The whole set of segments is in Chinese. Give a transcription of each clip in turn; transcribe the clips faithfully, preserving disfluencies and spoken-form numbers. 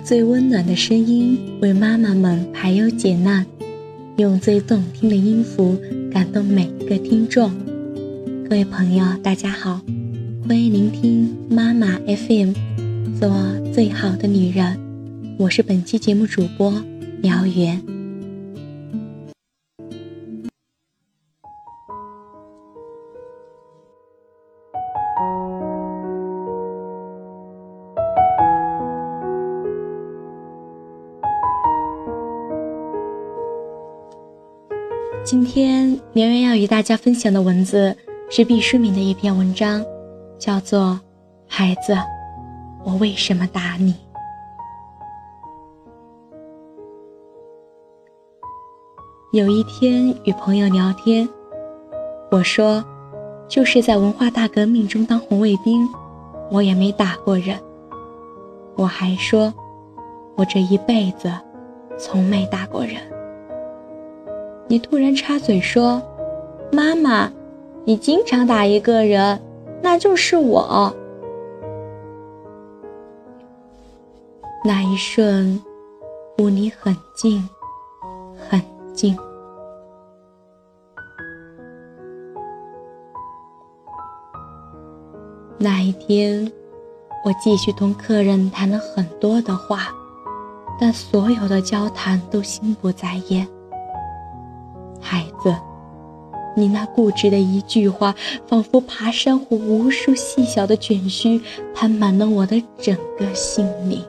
最温暖的声音为妈妈们排忧解难，用最动听的音符感动每一个听众。各位朋友大家好，欢迎聆听妈妈 F M， 做最好的女人，我是本期节目主播苗媛。今天苗媛要与大家分享的文字是毕淑敏的一篇文章，叫做孩子，我为什么打你？有一天与朋友聊天，我说就是在文化大革命中当红卫兵，我也没打过人。我还说我这一辈子从没打过人。你突然插嘴说，妈妈，你经常打一个人，那就是我。那一瞬，离你很近，很近。那一天，我继续同客人谈了很多的话，但所有的交谈都心不在焉。孩子，你那固执的一句话，仿佛爬山虎无数细小的卷须，攀满了我的整个心灵。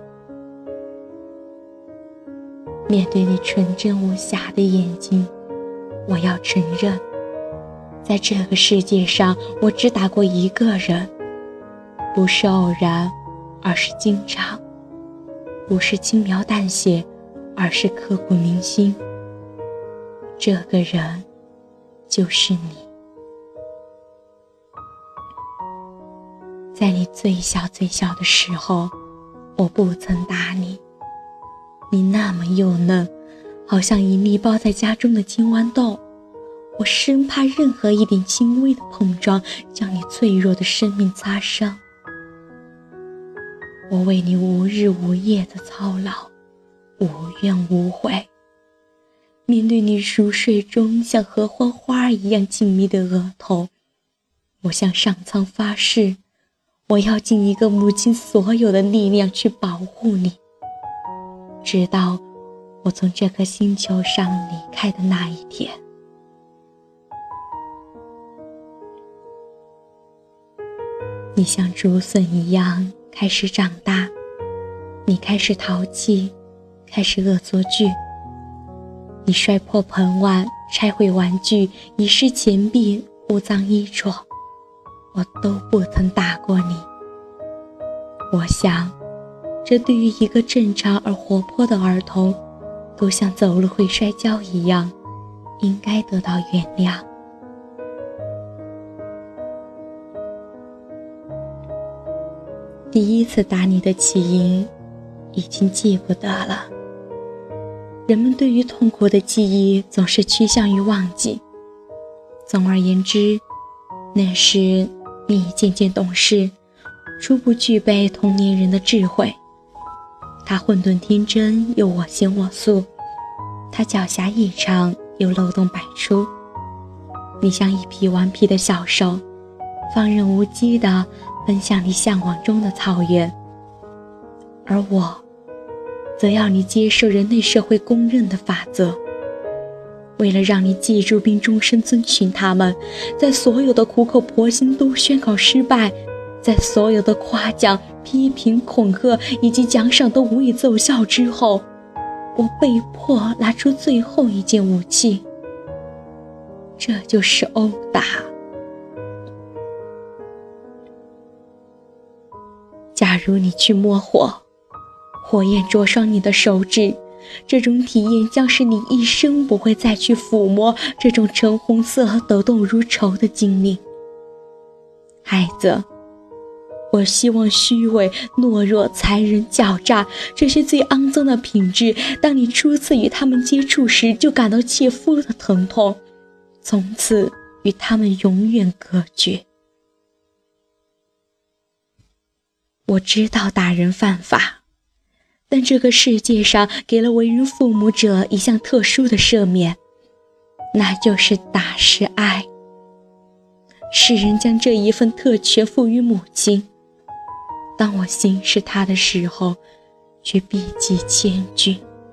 面对你纯真无瑕的眼睛，我要承认，在这个世界上，我只打过一个人，不是偶然，而是经常；不是轻描淡写，而是刻骨铭心。这个人就是你。在你最小最小的时候，我不曾打你，你那么幼嫩，好像一粒包在家中的金豌豆，我生怕任何一点轻微的碰撞将你脆弱的生命擦伤。我为你无日无夜的操劳，无怨无悔。面对你熟睡中像合欢花一样静谧的额头，我向上苍发誓，我要尽一个母亲所有的力量去保护你，直到我从这颗星球上离开的那一天。你像竹笋一样开始长大，你开始淘气，开始恶作剧。你摔破盆碗，拆毁玩具，遗失钱币，污脏衣着，我都不曾打过你。我想，这对于一个正常而活泼的儿童，都像走路会摔跤一样，应该得到原谅。第一次打你的起因，已经记不得了。人们对于痛苦的记忆总是趋向于忘记。总而言之，那时你渐渐懂事，初步具备同年人的智慧。他混沌天真又我行我素，他狡黠异常又漏洞百出。你像一匹顽皮的小兽，放任无羁地奔向你向往中的草原，而我则要你接受人类社会公认的法则。为了让你记住并终身遵循它们，在所有的苦口婆心都宣告失败，在所有的夸奖、批评、恐吓以及奖赏都无以奏效之后，我被迫拿出最后一件武器，这就是殴打。假如你去摸火，火焰灼伤你的手指，这种体验将是你一生不会再去抚摸这种橙红色抖动如绸的经历。孩子，我希望虚伪、懦弱、残忍、狡诈这些最肮脏的品质，当你初次与他们接触时就感到切肤的疼痛，从此与他们永远隔绝。我知道打人犯法， 但这个世界上给了为人父母者一项特殊的赦免，那就是打是爱。世人将这一份特权赋予母亲，当我行使它的时候，却必极千钧。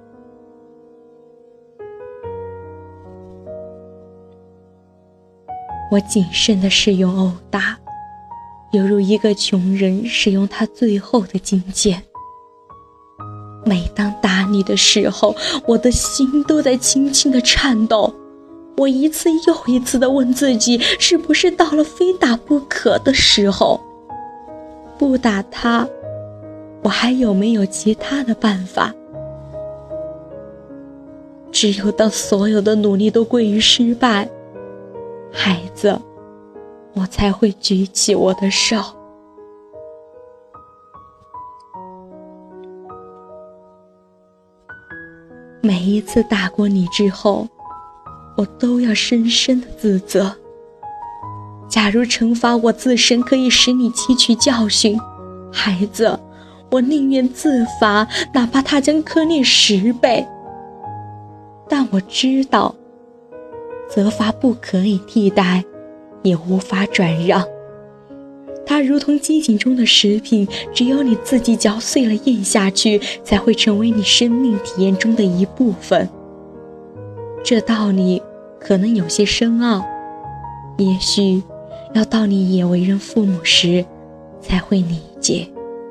我谨慎地使用殴打，犹如一个穷人使用他最后的金剑。每当打你的时候，我的心都在轻轻地颤抖。我一次又一次地问自己，是不是到了非打不可的时候？不打他，我还有没有其他的办法？只有当所有的努力都归于失败，孩子，我才会举起我的手。每一次打过你之后，我都要深深的自责。假如惩罚我自身可以使你汲取教训，孩子，我宁愿自罚，哪怕它将可练十倍。但我知道，责罚不可以替代，也无法转让。它如同饥馑中的食品，只有你自己嚼碎了咽下去，才会成为你生命体验中的一部分。这道理可能有些深奥，也许要到你也为人父母时才会理解。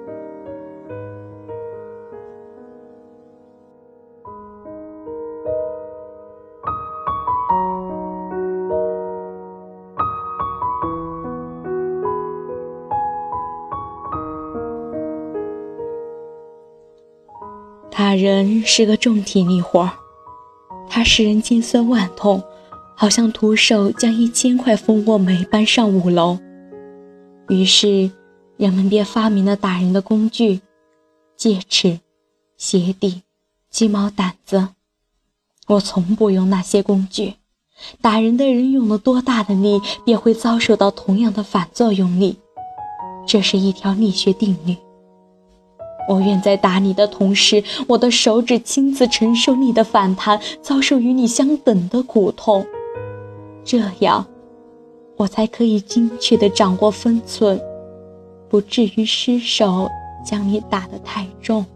打人是个重体力活，它使人筋酸万痛，好像徒手将一千块蜂窝煤搬上五楼。于是人们便发明了打人的工具：戒尺、鞋底、鸡毛掸子。我从不用那些工具，打人的人用了多大的力，便会遭受到同样的反作用力，这是一条力学定律。我愿在打你的同时，我的手指亲自承受你的反弹，遭受与你相等的苦痛，这样我才可以精确地掌握分寸，不至于失手将你打得太重。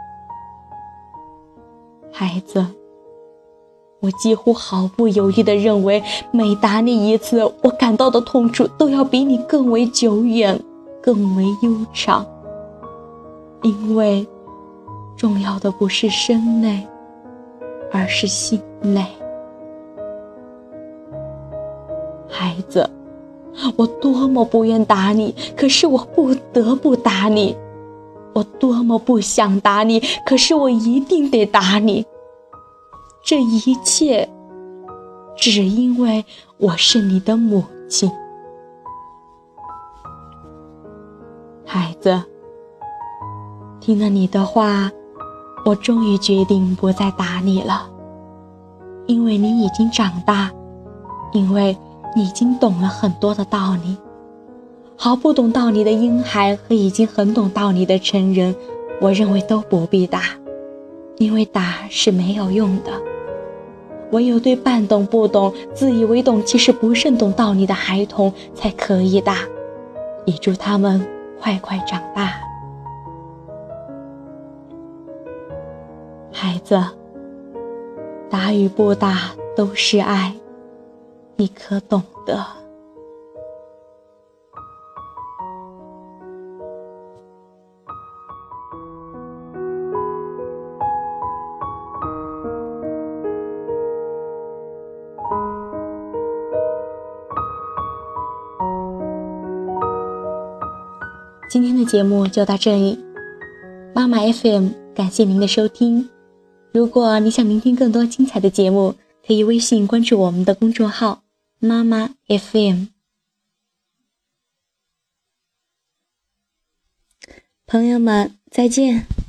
孩子，我几乎毫不犹豫地认为，每打你一次，我感到的痛楚都要比你更为久远，更为悠长。因为重要的不是身累，而是心累。孩子，我多么不愿打你，可是我不得不打你；我多么不想打你，可是我一定得打你。这一切，只因为我是你的母亲。孩子，听了你的话，我终于决定不再打你了，因为你已经长大，因为你已经懂了很多的道理。毫不懂道理的婴孩和已经很懂道理的成人，我认为都不必打，因为打是没有用的。唯有对半懂不懂、自以为懂其实不甚懂道理的孩童才可以打，也祝他们快快长大。孩子，打与不打都是爱，你可懂得？今天的节目就到这里，妈妈 F M 感谢您的收听。如果你想聆听更多精彩的节目，可以微信关注我们的公众号妈妈 F M。 朋友们，再见。